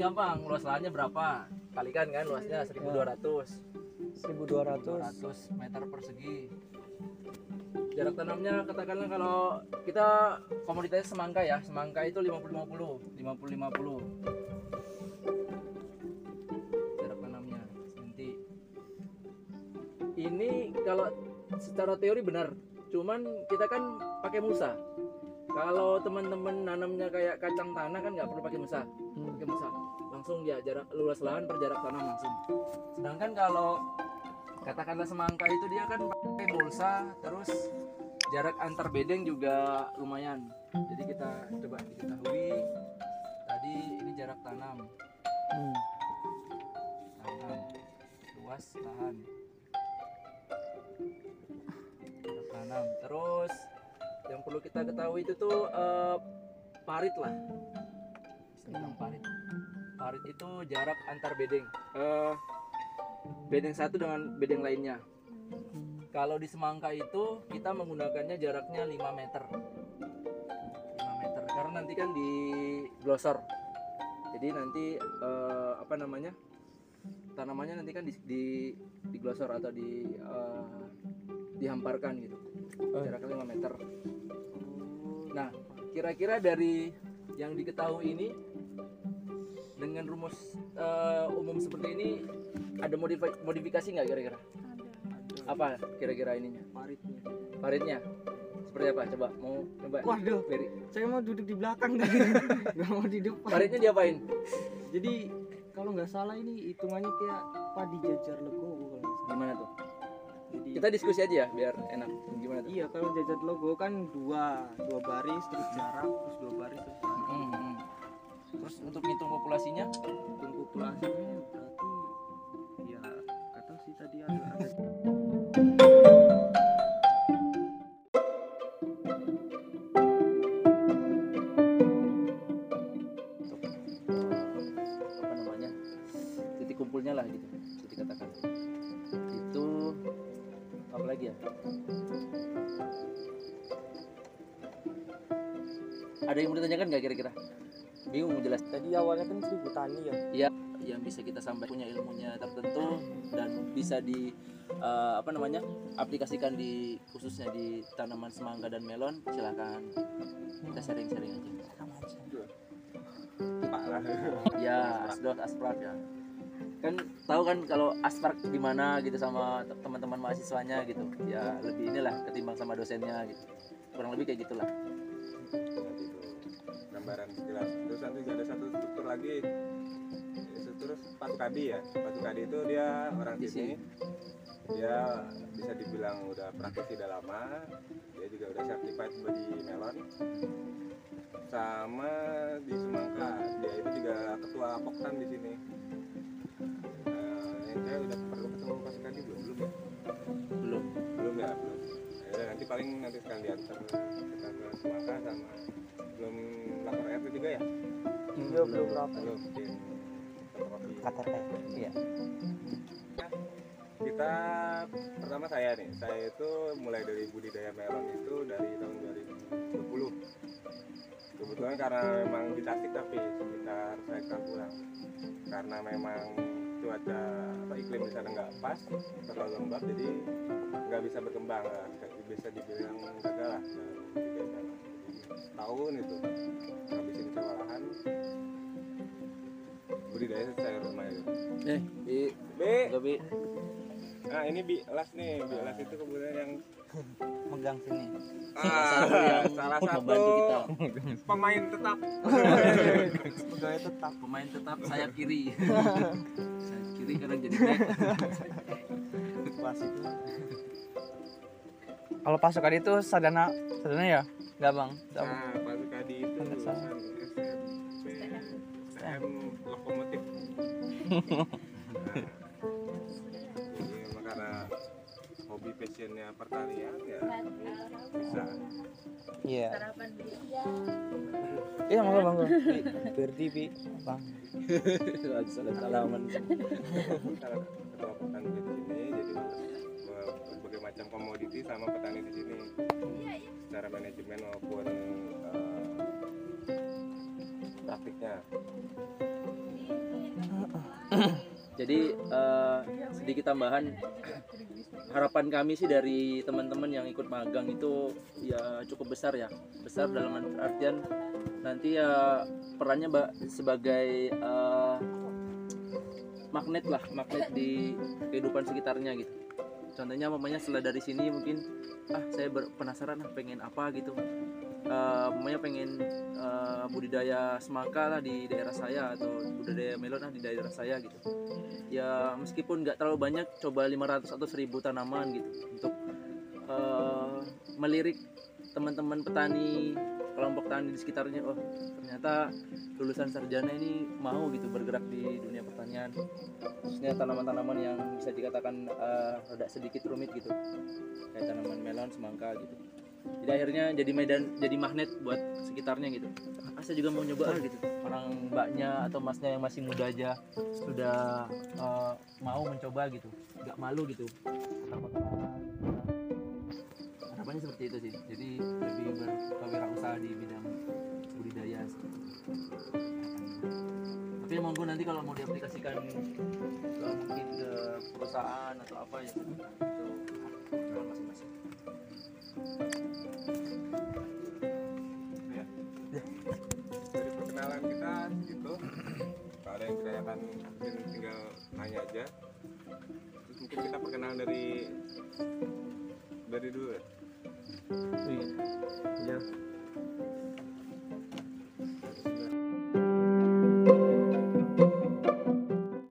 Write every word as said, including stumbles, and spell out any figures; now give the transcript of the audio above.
gampang, luas lahannya berapa? Kalikan kan luasnya seribu dua ratus. seribu dua ratus meter persegi. Jarak tanamnya katakanlah kalau kita komoditasnya semangka ya, semangka itu lima puluh lima puluh, lima puluh lima puluh. Jarak tanamnya nanti. Ini kalau secara teori benar, cuman kita kan pakai mulsa. Kalau teman-teman nanamnya kayak kacang tanah kan nggak perlu pakai mulsa, hmm. pakai mulsa langsung ya jarak luas lahan per jarak tanam langsung. Sedangkan kalau katakanlah semangka itu dia kan pakai mulsa, terus jarak antar bedeng juga lumayan. Jadi kita coba diketahui tadi ini jarak tanam, Hmm. tanam luas lahan, jarak tanam. Terus yang perlu kita ketahui itu tuh eh, parit lah, tentang parit. Parit itu jarak antar bedeng, eh, bedeng satu dengan bedeng lainnya. Kalau di semangka itu kita menggunakannya jaraknya lima meter. lima meter karena nanti kan di glosor. Jadi nanti eh, apa namanya? Tanamannya nanti kan di di, di glosor atau di eh, dihamparkan gitu. Jaraknya lima meter. Nah, kira-kira dari yang diketahui ini dengan rumus eh, umum seperti ini ada modifi- modifikasi nggak kira-kira? Apa kira-kira ininya? Paritnya. Paritnya seperti apa? Coba mau coba. Waduh, Beri. saya mau duduk di belakang tadi, nggak mau di depan. Paritnya diapain? Jadi kalau nggak salah ini hitungannya kayak padi jajar legowo kalau nggak salah. Gimana tuh? Jadi, Kita diskusi aja ya biar enak. Gimana tuh? iya, kalau jajar legowo kan dua dua baris terus jarak terus dua baris terus jarak. Hmm, hmm. Terus untuk ngitung populasinya? Hitung populasinya berarti ya nggak tahu sih tadi ada ada. Apa namanya? Titik kumpulnya lah gitu. Bisa dikatakan. Itu apa lagi ya? Ada yang mau ditanyakan nggak kira-kira? Bingung mau jelas. Tadi awalnya kan seribu tani ya. Ya, yang bisa kita sampaikan punya ilmunya tertentu dan bisa di eh, apa namanya aplikasikan di khususnya di tanaman semangka dan melon, silakan kita sharing-sharing aja. Ya, asdot aspart ya. Kan tahu kan kalau aspart di mana gitu sama te- teman-teman mahasiswanya gitu. Ya lebih inilah ketimbang sama dosennya gitu. Kurang lebih kayak gitulah. Gambaran sekilas. Terus nanti ada satu struktur lagi, struktur Patu Kadi ya. Patu Kadi itu dia orang sini, dia bisa dibilang udah praktisi udah lama, dia juga udah certified body melon, sama di Semangka dia itu juga ketua Poktan di sini. Nah, yang saya udah perlu ketemu Patu Kadi belum belum ya? Belum. Belum ya belum. Ya, nanti paling nanti sekalian diantar kita ke Semangka sama belum lapor R T juga ya? Iya, belum berapa. Belum bikin fotokopi. K T P. Iya. Kita pertama saya nih, saya itu mulai dari budidaya melon itu dari tahun dua ribu dua puluh. Kebetulan karena memang di Tasik tapi sekitar saya kurang kurang. Karena memang cuaca apa iklim di sana nggak pas, terlalu lembab jadi nggak bisa berkembang lah, bisa dibilang gagal lah. Tahun itu ngabisin sewa lahan budidaya saya lumayan. Eh, Bi, B, enggak Bi. nah ini bi las nih, bi las itu kemudian yang Megang sini. Salah satu yang salah satu membantu kita. pemain tetap. Pegawai tetap. Pemain tetap sayap kiri. Sayap kiri kadang jadi back. Pas itu. Kalau pasukan itu sadana, sadana ya? Enggak, Bang. Enggak. Nah, Pak Sukadi itu Nggak salah. lulusan S M P S M Lokomotif. Nah, jadi memang karena hobi passionnya pertanian ya bisa. Iya. Sarapan dulu. Iya, monggo, monggo. Berdi, Bi. Bang. Salah salaman. Kalau ketua petani di sini jadi ber- berbagai macam komoditi sama petani di sini secara manajemen maupun eh, praktiknya. Jadi eh, sedikit tambahan, harapan kami sih dari teman-teman yang ikut magang itu ya cukup besar ya, besar dalam artian nanti ya perannya ba- sebagai eh, magnet lah, magnet di kehidupan sekitarnya gitu. Contohnya mamanya setelah dari sini mungkin ah saya ber- penasaran ah pengen apa gitu. Uh, mamanya pengen uh, budidaya semangka lah di daerah saya atau budidaya melon lah di daerah saya gitu. Ya meskipun nggak terlalu banyak, coba lima ratus atau seribu tanaman gitu untuk uh, melirik teman-teman petani, kelompok tani di sekitarnya. Oh ternyata lulusan sarjana ini mau gitu bergerak di dunia pertanian, khususnya tanaman-tanaman yang bisa dikatakan uh, rada sedikit rumit gitu, kayak tanaman melon, semangka gitu. Jadi akhirnya jadi medan, jadi magnet buat sekitarnya gitu. Ah, saya juga mau nyoba ah, gitu. Orang mbaknya atau masnya yang masih muda aja sudah uh, mau mencoba gitu, nggak malu gitu. Harapannya seperti itu sih. Jadi lebih berkewirausaha di bidang budidaya. Tapi monggo nanti kalau mau diaplikasikan ke mungkin ke perusahaan atau apa ya, itu masing-masing. Dari perkenalan kita gitu, kalau ada yang ditanyakan mungkin tinggal nanya aja. Terus mungkin kita perkenalan dari dari dulu ya. Iya.